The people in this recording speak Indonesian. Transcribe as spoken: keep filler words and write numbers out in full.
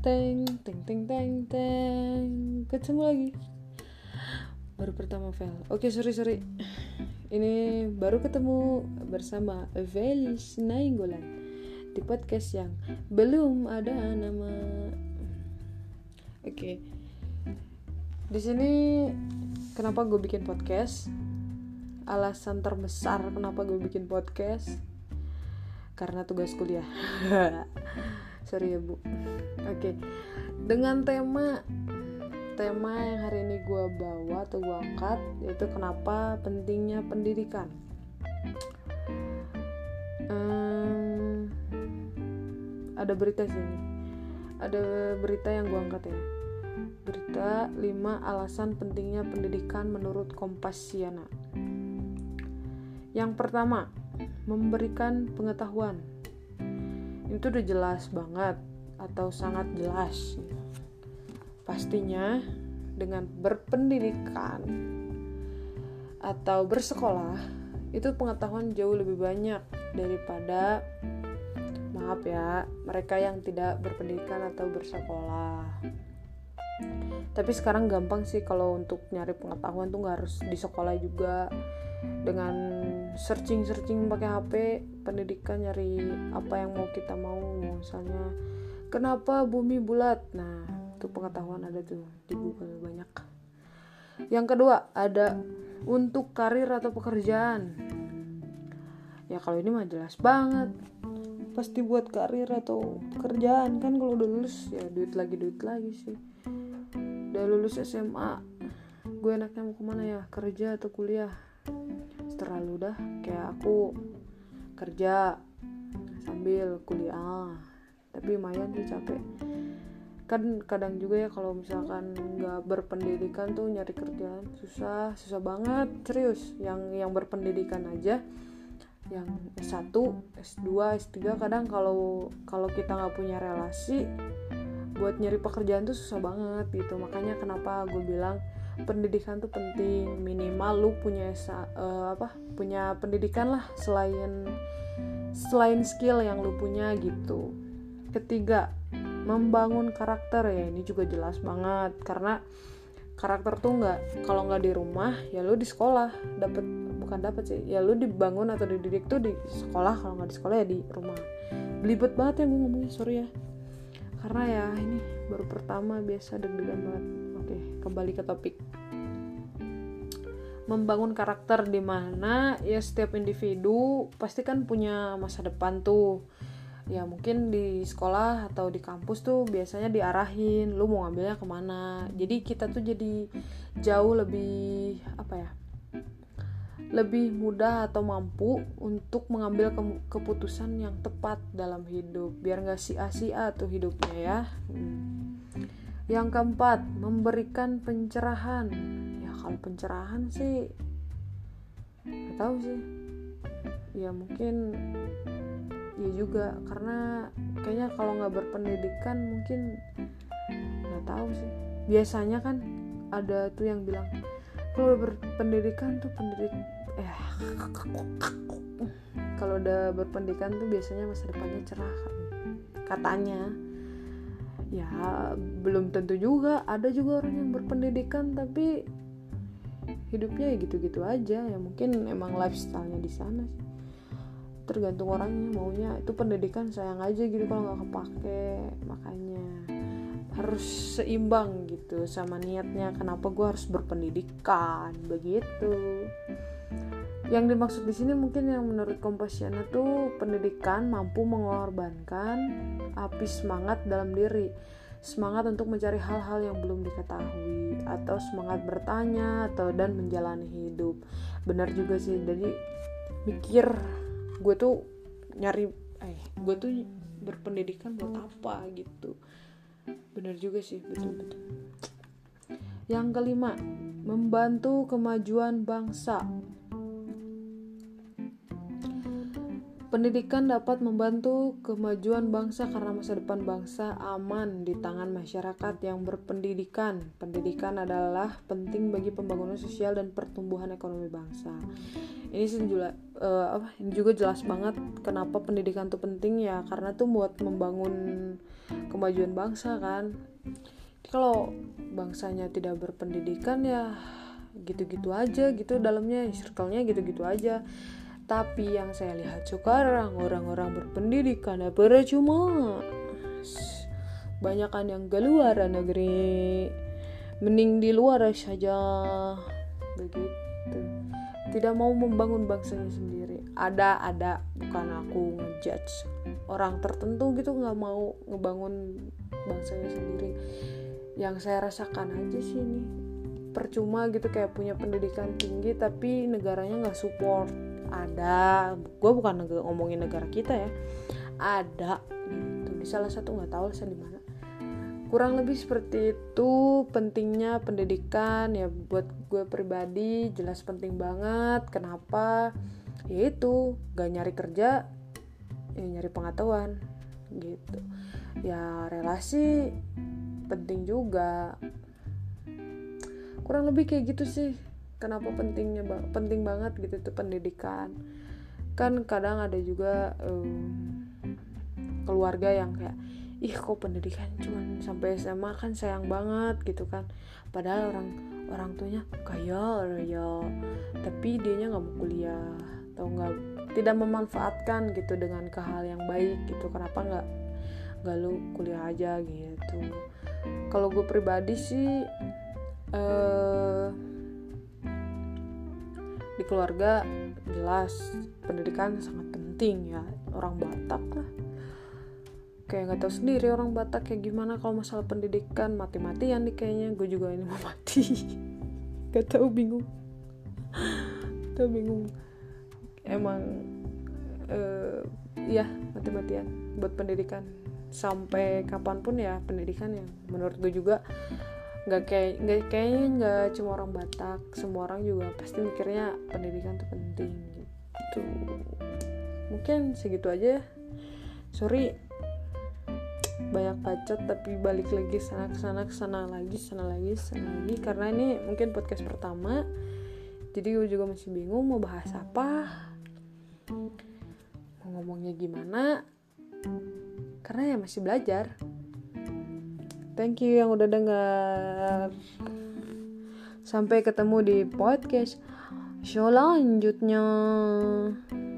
Teng teng teng teng teng. Ketemu lagi. Baru pertama Vel. Oke, sorry sorry. Ini baru ketemu bersama Velis Nainggolan di podcast yang belum ada nama. Oke. Di sini kenapa gue bikin podcast? Alasan terbesar kenapa gue bikin podcast karena tugas kuliah. Sorry ya bu. Oke, dengan tema tema yang hari ini gue bawa atau gue angkat, yaitu kenapa pentingnya pendidikan. Hmm, ada berita sini, ada berita yang gue angkat ya. Berita lima alasan pentingnya pendidikan menurut Kompasiana. Yang pertama, memberikan pengetahuan. Itu udah jelas banget atau sangat jelas. Pastinya dengan berpendidikan atau bersekolah itu pengetahuan jauh lebih banyak daripada maaf ya, mereka yang tidak berpendidikan atau bersekolah. Tapi sekarang gampang sih kalau untuk nyari pengetahuan tuh gak harus di sekolah juga. Dengan searching-searching pakai H P, pendidikan nyari apa yang mau kita mau. Misalnya, kenapa bumi bulat? Nah, itu pengetahuan ada tuh di Google banyak. Yang kedua, ada untuk karir atau pekerjaan. Ya kalau ini mah jelas banget. Pasti buat karir atau pekerjaan kan, kalau udah lulus ya duit lagi duit lagi sih. Udah lulus S M A, gue enaknya mau kemana ya? Kerja atau kuliah? Setelah lu dah, kayak aku kerja sambil kuliah, tapi lumayan sih capek. Kan kadang juga ya kalau misalkan nggak berpendidikan tuh nyari kerjaan susah, susah banget serius. Yang yang berpendidikan aja, yang S satu, S dua, S tiga kadang kalau kalau kita nggak punya relasi buat nyari pekerjaan tuh susah banget gitu. Makanya kenapa gue bilang pendidikan tuh penting, minimal lu punya uh, apa punya pendidikan lah selain selain skill yang lu punya gitu. Ketiga, membangun karakter. Ya ini juga jelas banget, karena karakter tuh nggak, kalau nggak di rumah ya lu di sekolah dapet, bukan dapet sih ya lu dibangun atau dididik tuh di sekolah, kalau nggak di sekolah ya di rumah. Belibet banget ya gue ngomongnya, sorry ya, karena ya ini baru pertama, biasa deg-degan banget. Oke, kembali ke topik. Membangun karakter, di mana ya setiap individu pasti kan punya masa depan tuh. Ya mungkin di sekolah atau di kampus tuh biasanya diarahin lu mau ngambilnya kemana. Jadi kita tuh jadi jauh lebih apa ya, lebih mudah atau mampu untuk mengambil ke- keputusan yang tepat dalam hidup, biar gak sia-sia tuh hidupnya ya. hmm. Yang keempat, memberikan pencerahan. Ya kalau pencerahan sih gak tahu sih, ya mungkin ya juga, karena kayaknya kalau gak berpendidikan mungkin gak tahu sih. Biasanya kan ada tuh yang bilang kalau udah berpendidikan tuh pendidik eh kalau udah berpendidikan tuh biasanya masa depannya cerah katanya. Ya belum tentu juga, ada juga orang yang berpendidikan tapi hidupnya ya gitu-gitu aja. Ya mungkin emang lifestyle-nya di sana sih, tergantung orangnya maunya. Itu pendidikan sayang aja gitu kalau nggak kepake. Makanya harus seimbang gitu sama niatnya, kenapa gue harus berpendidikan begitu. Yang dimaksud di sini mungkin yang menurut Kompasiana tuh pendidikan mampu mengorbankan api semangat dalam diri, semangat untuk mencari hal-hal yang belum diketahui, atau semangat bertanya atau dan menjalani hidup. Benar juga sih, jadi mikir gue tuh nyari eh gue tuh berpendidikan buat apa gitu. Benar juga sih, betul-betul. Yang kelima, membantu kemajuan bangsa. Pendidikan dapat membantu kemajuan bangsa karena masa depan bangsa aman di tangan masyarakat yang berpendidikan. Pendidikan adalah penting bagi pembangunan sosial dan pertumbuhan ekonomi bangsa. Ini juga, uh, apa, ini juga jelas banget kenapa pendidikan itu penting ya, karena tuh buat membangun kemajuan bangsa kan. Kalau bangsanya tidak berpendidikan ya gitu-gitu aja gitu dalamnya, circle-nya gitu-gitu aja. Tapi yang saya lihat sekarang orang-orang berpendidikan ya percuma. Banyakan yang keluar negeri, mending di luar saja begitu. Tidak mau membangun bangsanya sendiri. Ada ada bukan aku ngejudge orang tertentu gitu, nggak mau ngebangun bangsanya sendiri. Yang saya rasakan aja sih ini percuma gitu, kayak punya pendidikan tinggi tapi negaranya nggak support. Ada, gue bukan neg- ngomongin negara kita ya, ada gitu di salah satu, nggak tahu saya di mana. Kurang lebih seperti itu pentingnya pendidikan ya buat gue pribadi, jelas penting banget. Kenapa? Yaitu gak nyari kerja, ya nyari pengetahuan gitu. Ya relasi penting juga. Kurang lebih kayak gitu sih. Kenapa pentingnya penting banget gitu tuh pendidikan. Kan kadang ada juga um, keluarga yang kayak, ih kok pendidikan cuman sampai S M A, kan sayang banget gitu kan. Padahal orang orang tuanya kaya ya, tapi dianya nggak mau kuliah atau nggak tidak memanfaatkan gitu dengan ke hal yang baik gitu. Kenapa nggak nggak lu kuliah aja gitu. Kalau gue pribadi sih eh di keluarga jelas pendidikan sangat penting ya, orang Batak lah kayak nggak tahu sendiri orang Batak kayak gimana kalau masalah pendidikan, mati-matian nih kayaknya. Gue juga ini mau mati nggak tahu, bingung tahu bingung emang uh, ya mati-matian buat pendidikan sampai kapanpun ya. Pendidikan yang menurut gue juga nggak kayak nggak kayaknya nggak cuma orang Batak, semua orang juga pasti mikirnya pendidikan tuh penting gitu. Mungkin segitu aja ya, sorry banyak bacot tapi balik lagi sana kesana kesana lagi sana lagi sana lagi karena ini mungkin podcast pertama, jadi gue juga masih bingung mau bahas apa, mau ngomongnya gimana, karena ya masih belajar. Thank you yang udah dengar. Sampai ketemu di podcast selanjutnya.